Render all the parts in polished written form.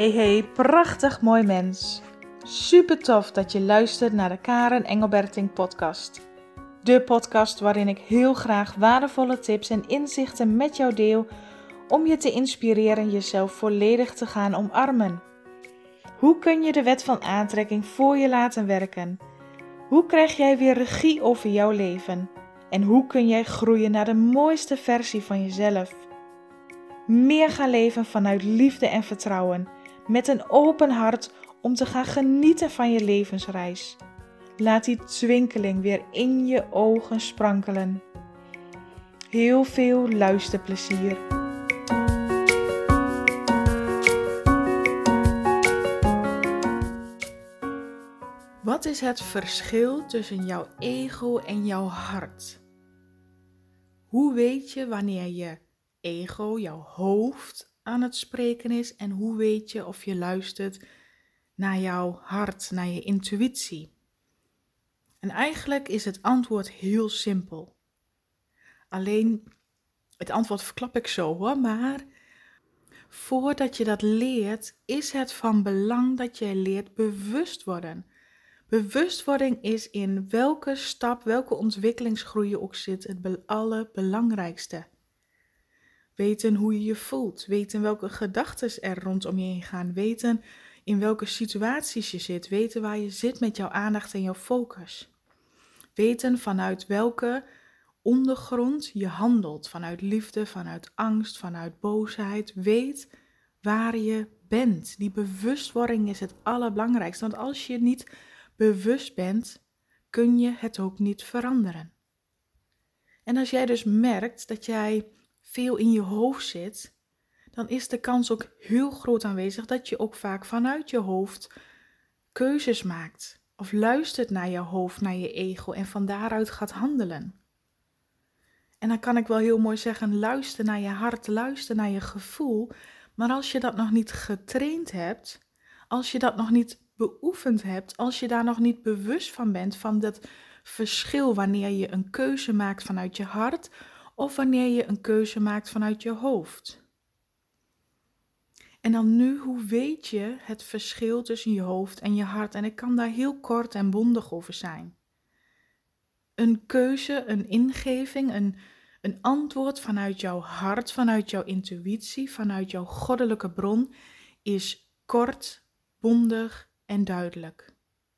Hey, prachtig mooi mens. Super tof dat je luistert naar de Karen Engelberting podcast. De podcast waarin ik heel graag waardevolle tips en inzichten met jou deel om je te inspireren jezelf volledig te gaan omarmen. Hoe kun je de wet van aantrekking voor je laten werken? Hoe krijg jij weer regie over jouw leven? En hoe kun jij groeien naar de mooiste versie van jezelf? Meer gaan leven vanuit liefde en vertrouwen, met een open hart om te gaan genieten van je levensreis. Laat die twinkeling weer in je ogen sprankelen. Heel veel luisterplezier. Wat is het verschil tussen jouw ego en jouw hart? Hoe weet je wanneer je ego, jouw hoofd, aan het spreken is en hoe weet je of je luistert naar jouw hart, naar je intuïtie? En eigenlijk is het antwoord heel simpel. Alleen, het antwoord verklap ik zo hoor, maar voordat je dat leert, is het van belang dat jij leert bewust worden. Bewustwording is in welke stap, welke ontwikkelingsgroei je ook zit, het allerbelangrijkste. Weten hoe je je voelt, weten welke gedachten er rondom je heen gaan, weten in welke situaties je zit, weten waar je zit met jouw aandacht en jouw focus. Weten vanuit welke ondergrond je handelt, vanuit liefde, vanuit angst, vanuit boosheid. Weet waar je bent. Die bewustwording is het allerbelangrijkste, want als je niet bewust bent, kun je het ook niet veranderen. En als jij dus merkt dat jij veel in je hoofd zit, dan is de kans ook heel groot aanwezig dat je ook vaak vanuit je hoofd keuzes maakt. Of luistert naar je hoofd, naar je ego en van daaruit gaat handelen. En dan kan ik wel heel mooi zeggen, luister naar je hart, luister naar je gevoel. Maar als je dat nog niet getraind hebt, als je dat nog niet beoefend hebt, als je daar nog niet bewust van bent, van dat verschil wanneer je een keuze maakt vanuit je hart of wanneer je een keuze maakt vanuit je hoofd. En dan nu, hoe weet je het verschil tussen je hoofd en je hart? En ik kan daar heel kort en bondig over zijn. Een keuze, een ingeving, een antwoord vanuit jouw hart, vanuit jouw intuïtie, vanuit jouw goddelijke bron is kort, bondig en duidelijk.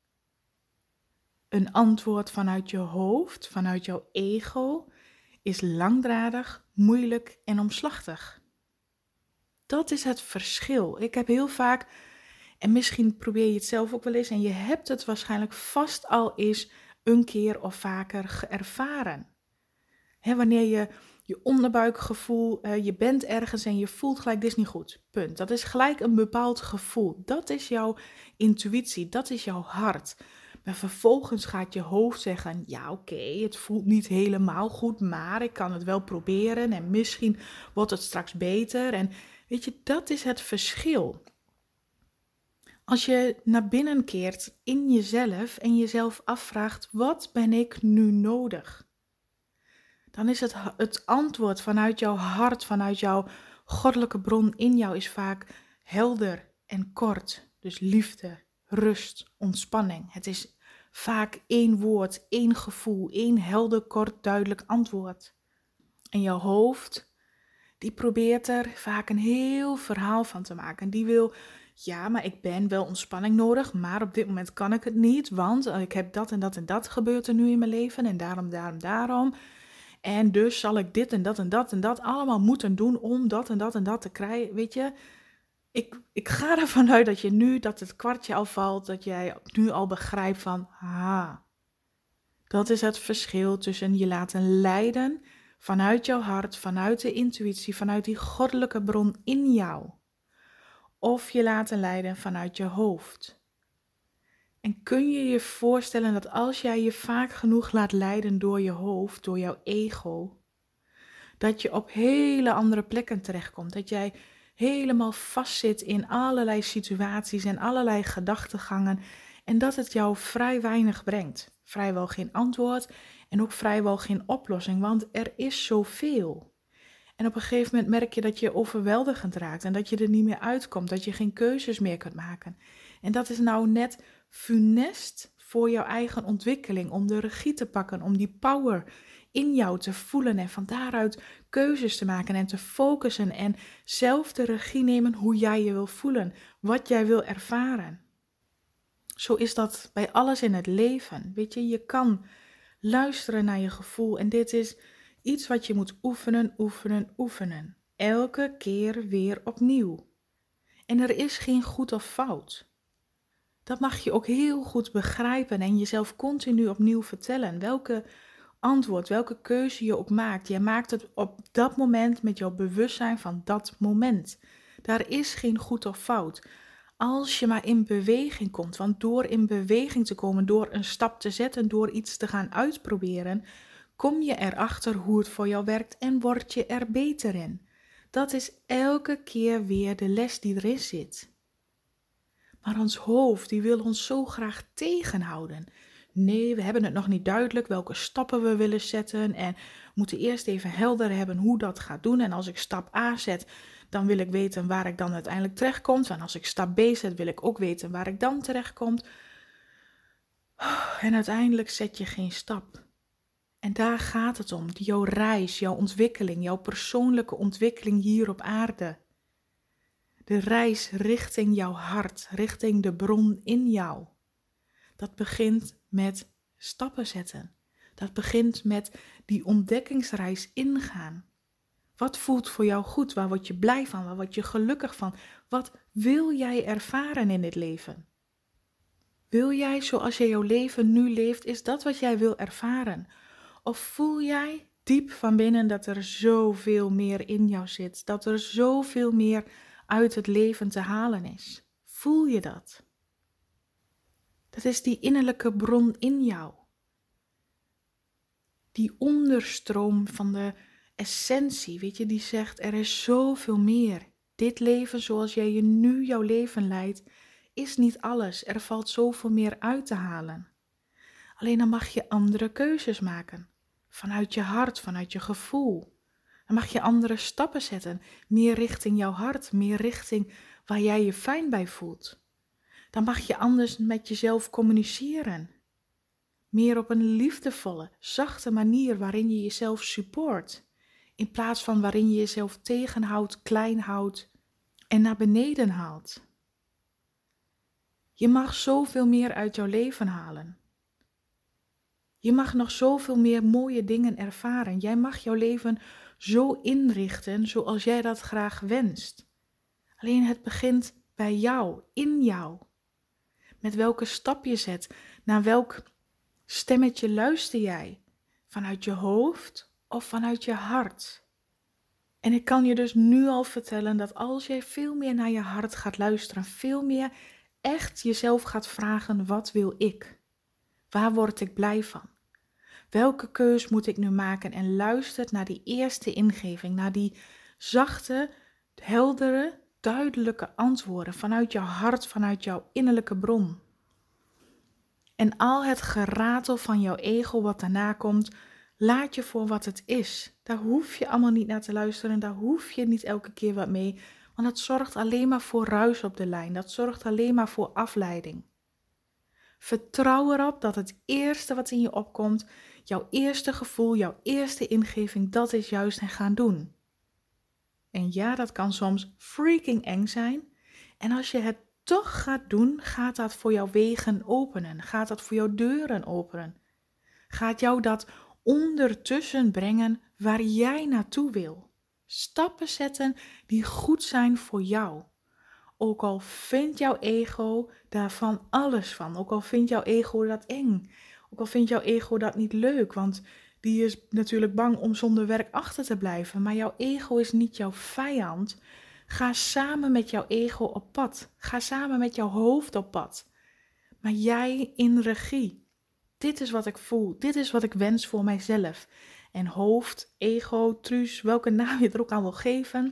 Een antwoord vanuit je hoofd, vanuit jouw ego, is langdradig, moeilijk en omslachtig. Dat is het verschil. Ik heb heel vaak, en misschien probeer je het zelf ook wel eens, en je hebt het waarschijnlijk vast al eens een keer of vaker ervaren. Wanneer je onderbuikgevoel, je bent ergens en je voelt gelijk, dit is niet goed, punt. Dat is gelijk een bepaald gevoel. Dat is jouw intuïtie, dat is jouw hart. Maar vervolgens gaat je hoofd zeggen, ja oké, het voelt niet helemaal goed, maar ik kan het wel proberen en misschien wordt het straks beter. En weet je, dat is het verschil. Als je naar binnen keert in jezelf en jezelf afvraagt, wat ben ik nu nodig? Dan is het antwoord vanuit jouw hart, vanuit jouw goddelijke bron in jou is vaak helder en kort. Dus liefde, rust, ontspanning. Het is vaak één woord, één gevoel, één helder, kort, duidelijk antwoord. En jouw hoofd, die probeert er vaak een heel verhaal van te maken. Die wil, ja, maar ik ben wel ontspanning nodig, maar op dit moment kan ik het niet, want ik heb dat en dat gebeurt er nu in mijn leven en daarom. En dus zal ik dit en dat allemaal moeten doen om dat en dat te krijgen. Weet je, ik ga ervan uit dat je nu, dat het kwartje al valt, dat jij nu al begrijpt van, dat is het verschil tussen je laten leiden vanuit jouw hart, vanuit de intuïtie, vanuit die goddelijke bron in jou. Of je laten leiden vanuit je hoofd. En kun je je voorstellen dat als jij je vaak genoeg laat leiden door je hoofd, door jouw ego, dat je op hele andere plekken terechtkomt. Dat jij helemaal vastzit in allerlei situaties en allerlei gedachtegangen en dat het jou vrij weinig brengt. Vrijwel geen antwoord en ook vrijwel geen oplossing, want er is zoveel. En op een gegeven moment merk je dat je overweldigend raakt en dat je er niet meer uitkomt, dat je geen keuzes meer kunt maken. En dat is nou net funest voor jouw eigen ontwikkeling, om de regie te pakken, om die power in jou te voelen en van daaruit keuzes te maken en te focussen en zelf de regie nemen hoe jij je wil voelen, wat jij wil ervaren. Zo is dat bij alles in het leven. Weet je, je kan luisteren naar je gevoel en dit is iets wat je moet oefenen, oefenen, oefenen. Elke keer weer opnieuw. En er is geen goed of fout. Dat mag je ook heel goed begrijpen en jezelf continu opnieuw vertellen. Welke antwoord, welke keuze je ook maakt. Je maakt het op dat moment met jouw bewustzijn van dat moment. Daar is geen goed of fout. Als je maar in beweging komt, want door in beweging te komen, door een stap te zetten, door iets te gaan uitproberen, kom je erachter hoe het voor jou werkt en word je er beter in. Dat is elke keer weer de les die erin zit. Maar ons hoofd, die wil ons zo graag tegenhouden. Nee, we hebben het nog niet duidelijk welke stappen we willen zetten en moeten eerst even helder hebben hoe dat gaat doen. En als ik stap A zet, dan wil ik weten waar ik dan uiteindelijk terechtkom. En als ik stap B zet, wil ik ook weten waar ik dan terechtkom. En uiteindelijk zet je geen stap. En daar gaat het om, jouw reis, jouw ontwikkeling, jouw persoonlijke ontwikkeling hier op aarde. De reis richting jouw hart, richting de bron in jou. Dat begint met stappen zetten. Dat begint met die ontdekkingsreis ingaan. Wat voelt voor jou goed? Waar word je blij van? Waar word je gelukkig van? Wat wil jij ervaren in dit leven? Wil jij zoals je jouw leven nu leeft, is dat wat jij wil ervaren? Of voel jij diep van binnen dat er zoveel meer in jou zit? Dat er zoveel meer uit het leven te halen is? Voel je dat? Dat is die innerlijke bron in jou. Die onderstroom van de essentie, weet je, die zegt er is zoveel meer. Dit leven zoals jij je nu jouw leven leidt, is niet alles. Er valt zoveel meer uit te halen. Alleen dan mag je andere keuzes maken. Vanuit je hart, vanuit je gevoel. Dan mag je andere stappen zetten. Meer richting jouw hart, meer richting waar jij je fijn bij voelt. Dan mag je anders met jezelf communiceren. Meer op een liefdevolle, zachte manier waarin je jezelf support. In plaats van waarin je jezelf tegenhoudt, klein houdt en naar beneden haalt. Je mag zoveel meer uit jouw leven halen. Je mag nog zoveel meer mooie dingen ervaren. Jij mag jouw leven zo inrichten zoals jij dat graag wenst. Alleen het begint bij jou, in jou. Met welke stap je zet, naar welk stemmetje luister jij? Vanuit je hoofd of vanuit je hart? En ik kan je dus nu al vertellen dat als jij veel meer naar je hart gaat luisteren, veel meer echt jezelf gaat vragen, wat wil ik? Waar word ik blij van? Welke keus moet ik nu maken? En luistert naar die eerste ingeving, naar die zachte, heldere, duidelijke antwoorden vanuit jouw hart, vanuit jouw innerlijke bron. En al het geratel van jouw ego wat daarna komt, laat je voor wat het is. Daar hoef je allemaal niet naar te luisteren, daar hoef je niet elke keer wat mee, want het zorgt alleen maar voor ruis op de lijn, dat zorgt alleen maar voor afleiding. Vertrouw erop dat het eerste wat in je opkomt, jouw eerste gevoel, jouw eerste ingeving, dat is juist en gaan doen. En ja, dat kan soms freaking eng zijn. En als je het toch gaat doen, gaat dat voor jouw wegen openen. Gaat dat voor jouw deuren openen. Gaat jou dat ondertussen brengen waar jij naartoe wil. Stappen zetten die goed zijn voor jou. Ook al vindt jouw ego daarvan alles van. Ook al vindt jouw ego dat eng. Ook al vindt jouw ego dat niet leuk, want die is natuurlijk bang om zonder werk achter te blijven. Maar jouw ego is niet jouw vijand. Ga samen met jouw ego op pad. Ga samen met jouw hoofd op pad. Maar jij in regie. Dit is wat ik voel. Dit is wat ik wens voor mijzelf. En hoofd, ego, truus, welke naam je er ook aan wil geven.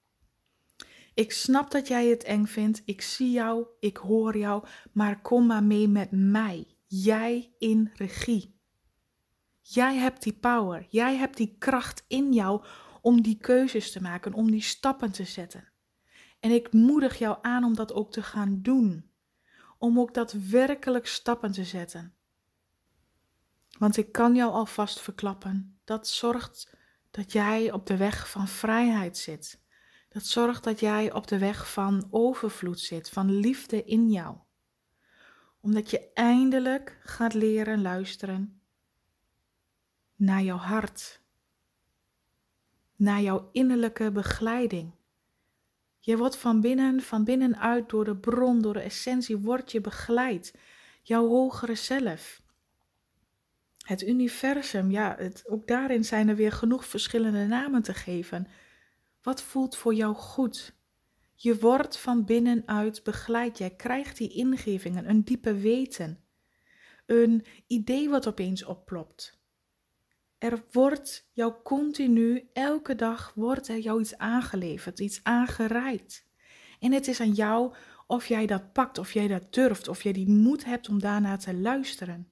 Ik snap dat jij het eng vindt. Ik zie jou, ik hoor jou. Maar kom maar mee met mij. Jij in regie. Jij hebt die power. Jij hebt die kracht in jou om die keuzes te maken, om die stappen te zetten. En ik moedig jou aan om dat ook te gaan doen. Om ook daadwerkelijk stappen te zetten. Want ik kan jou alvast verklappen, dat zorgt dat jij op de weg van vrijheid zit. Dat zorgt dat jij op de weg van overvloed zit, van liefde in jou. Omdat je eindelijk gaat leren luisteren naar jouw hart. Naar jouw innerlijke begeleiding. Je wordt van binnenuit door de bron, door de essentie, word je begeleid. Jouw hogere zelf. Het universum, ook daarin zijn er weer genoeg verschillende namen te geven. Wat voelt voor jou goed? Je wordt van binnenuit begeleid. Jij krijgt die ingevingen, een diepe weten. Een idee wat opeens opplopt. Er wordt jou continu, elke dag wordt er jou iets aangeleverd, iets aangereikt. En het is aan jou of jij dat pakt, of jij dat durft, of jij die moed hebt om daarnaar te luisteren.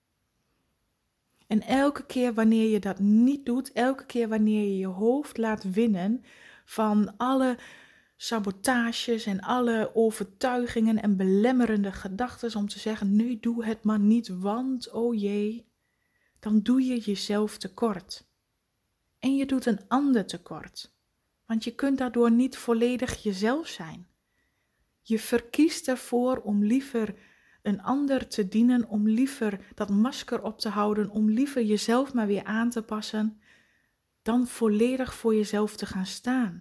En elke keer wanneer je dat niet doet, elke keer wanneer je je hoofd laat winnen van alle sabotages en alle overtuigingen en belemmerende gedachten om te zeggen, nee, doe het maar niet, want, oh jee, dan doe je jezelf tekort. En je doet een ander tekort, want je kunt daardoor niet volledig jezelf zijn. Je verkiest ervoor om liever een ander te dienen, om liever dat masker op te houden, om liever jezelf maar weer aan te passen, dan volledig voor jezelf te gaan staan.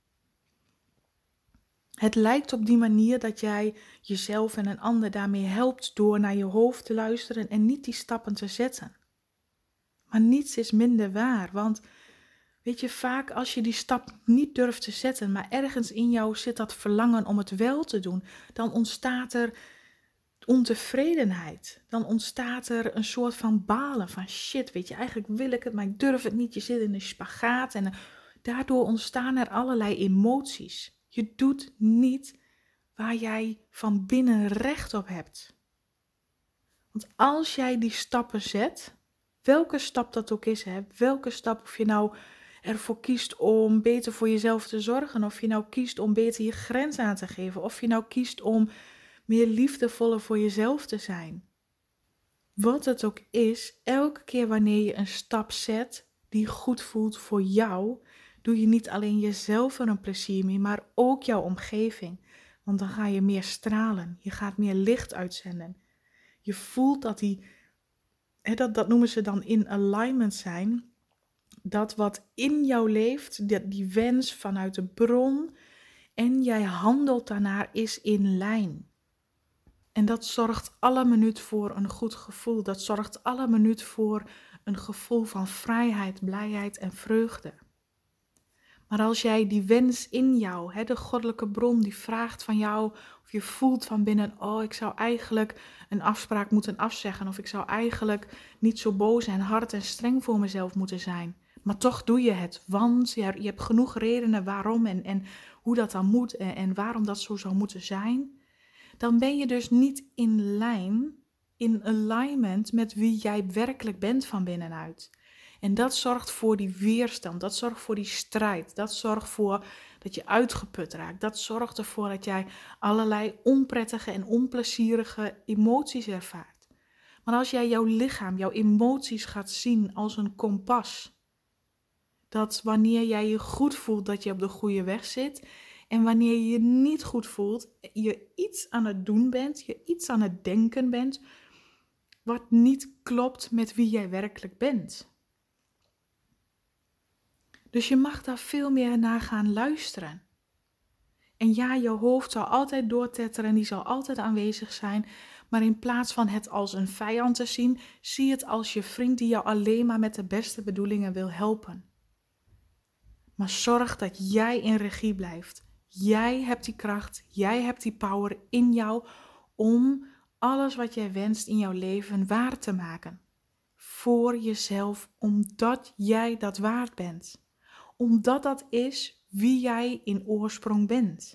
Het lijkt op die manier dat jij jezelf en een ander daarmee helpt door naar je hoofd te luisteren en niet die stappen te zetten. Maar niets is minder waar, want weet je, vaak als je die stap niet durft te zetten, maar ergens in jou zit dat verlangen om het wel te doen, dan ontstaat er ontevredenheid. Dan ontstaat er een soort van balen van shit, weet je, eigenlijk wil ik het, maar ik durf het niet. Je zit in een spagaat en daardoor ontstaan er allerlei emoties. Je doet niet waar jij van binnen recht op hebt. Want als jij die stappen zet, welke stap dat ook is, welke stap, of je nou ervoor kiest om beter voor jezelf te zorgen, of je nou kiest om beter je grens aan te geven, of je nou kiest om meer liefdevoller voor jezelf te zijn. Wat het ook is, elke keer wanneer je een stap zet die goed voelt voor jou, doe je niet alleen jezelf er een plezier mee, maar ook jouw omgeving. Want dan ga je meer stralen, je gaat meer licht uitzenden. Je voelt dat dat noemen ze dan in alignment zijn, dat wat in jou leeft, die wens vanuit de bron en jij handelt daarnaar, is in lijn. En dat zorgt alle minuut voor een goed gevoel. Dat zorgt alle minuut voor een gevoel van vrijheid, blijheid en vreugde. Maar als jij die wens in jou, de goddelijke bron, die vraagt van jou, of je voelt van binnen, oh, ik zou eigenlijk een afspraak moeten afzeggen, of ik zou eigenlijk niet zo boos en hard en streng voor mezelf moeten zijn. Maar toch doe je het, want je hebt genoeg redenen waarom en hoe dat dan moet en waarom dat zo zou moeten zijn. Dan ben je dus niet in lijn, in alignment met wie jij werkelijk bent van binnenuit. En dat zorgt voor die weerstand, dat zorgt voor die strijd, dat zorgt voor dat je uitgeput raakt. Dat zorgt ervoor dat jij allerlei onprettige en onplezierige emoties ervaart. Maar als jij jouw lichaam, jouw emoties gaat zien als een kompas, dat wanneer jij je goed voelt dat je op de goede weg zit, en wanneer je je niet goed voelt, je iets aan het doen bent, je iets aan het denken bent, wat niet klopt met wie jij werkelijk bent. Dus je mag daar veel meer naar gaan luisteren. En ja, je hoofd zal altijd doortetteren, die zal altijd aanwezig zijn. Maar in plaats van het als een vijand te zien, zie het als je vriend die jou alleen maar met de beste bedoelingen wil helpen. Maar zorg dat jij in regie blijft. Jij hebt die kracht, jij hebt die power in jou om alles wat jij wenst in jouw leven waar te maken. Voor jezelf, omdat jij dat waard bent. Omdat dat is wie jij in oorsprong bent.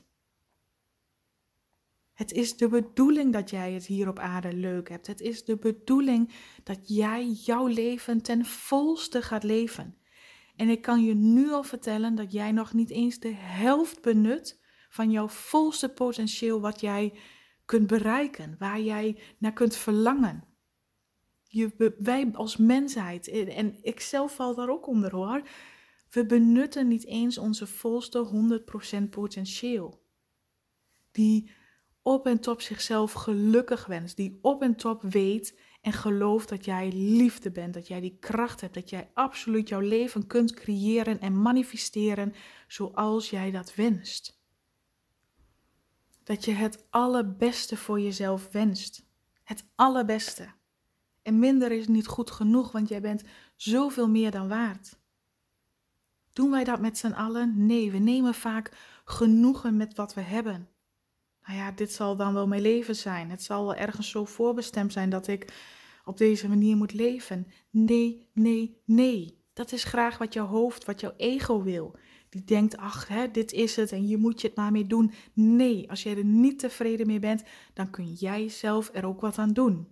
Het is de bedoeling dat jij het hier op aarde leuk hebt. Het is de bedoeling dat jij jouw leven ten volste gaat leven. En ik kan je nu al vertellen dat jij nog niet eens de helft benut van jouw volste potentieel wat jij kunt bereiken, waar jij naar kunt verlangen. Wij als mensheid, en ik zelf val daar ook onder hoor, we benutten niet eens onze volste 100% potentieel. Die op en top zichzelf gelukkig wenst, die op en top weet en gelooft dat jij liefde bent, dat jij die kracht hebt, dat jij absoluut jouw leven kunt creëren en manifesteren zoals jij dat wenst. Dat je het allerbeste voor jezelf wenst. Het allerbeste. En minder is niet goed genoeg, want jij bent zoveel meer dan waard. Doen wij dat met z'n allen? Nee, we nemen vaak genoegen met wat we hebben. Nou ja, dit zal dan wel mijn leven zijn. Het zal wel ergens zo voorbestemd zijn dat ik op deze manier moet leven. Nee, nee, nee. Dat is graag wat jouw hoofd, wat jouw ego wil. Die denkt, ach, dit is het en hier moet je het maar mee doen. Nee, als jij er niet tevreden mee bent, dan kun jij zelf er ook wat aan doen.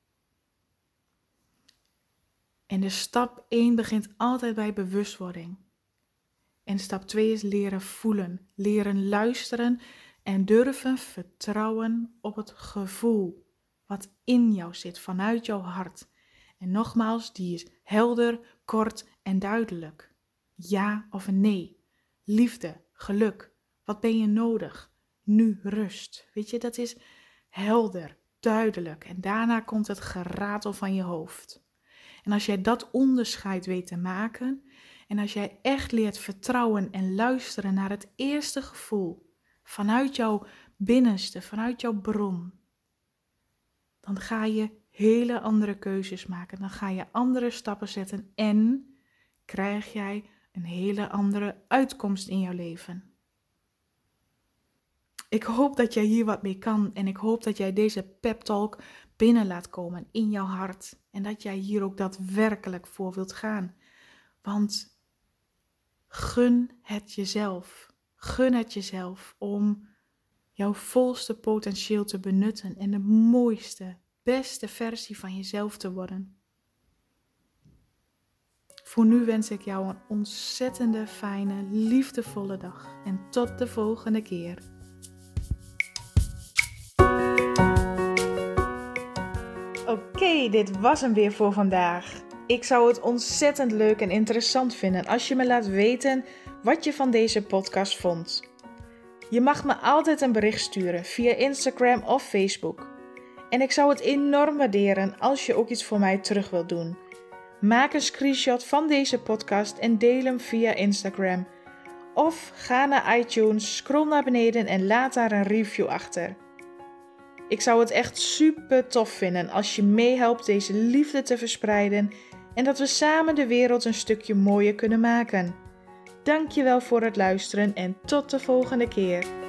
En de stap 1 begint altijd bij bewustwording. En stap 2 is leren voelen, leren luisteren en durven vertrouwen op het gevoel wat in jou zit, vanuit jouw hart. En nogmaals, die is helder, kort en duidelijk. Ja of nee. Liefde, geluk. Wat ben je nodig? Nu rust. Weet je, dat is helder, duidelijk. En daarna komt het geratel van je hoofd. En als jij dat onderscheid weet te maken, en als jij echt leert vertrouwen en luisteren naar het eerste gevoel, vanuit jouw binnenste, vanuit jouw bron, dan ga je hele andere keuzes maken. Dan ga je andere stappen zetten en krijg jij een hele andere uitkomst in jouw leven. Ik hoop dat jij hier wat mee kan en ik hoop dat jij deze pep talk binnen laat komen in jouw hart. En dat jij hier ook daadwerkelijk voor wilt gaan. Want gun het jezelf. Gun het jezelf om jouw volste potentieel te benutten en de mooiste, beste versie van jezelf te worden. Voor nu wens ik jou een ontzettende, fijne, liefdevolle dag. En tot de volgende keer. Oké, dit was hem weer voor vandaag. Ik zou het ontzettend leuk en interessant vinden als je me laat weten wat je van deze podcast vond. Je mag me altijd een bericht sturen via Instagram of Facebook. En ik zou het enorm waarderen als je ook iets voor mij terug wilt doen. Maak een screenshot van deze podcast en deel hem via Instagram. Of ga naar iTunes, scroll naar beneden en laat daar een review achter. Ik zou het echt super tof vinden als je meehelpt deze liefde te verspreiden en dat we samen de wereld een stukje mooier kunnen maken. Dankjewel voor het luisteren en tot de volgende keer.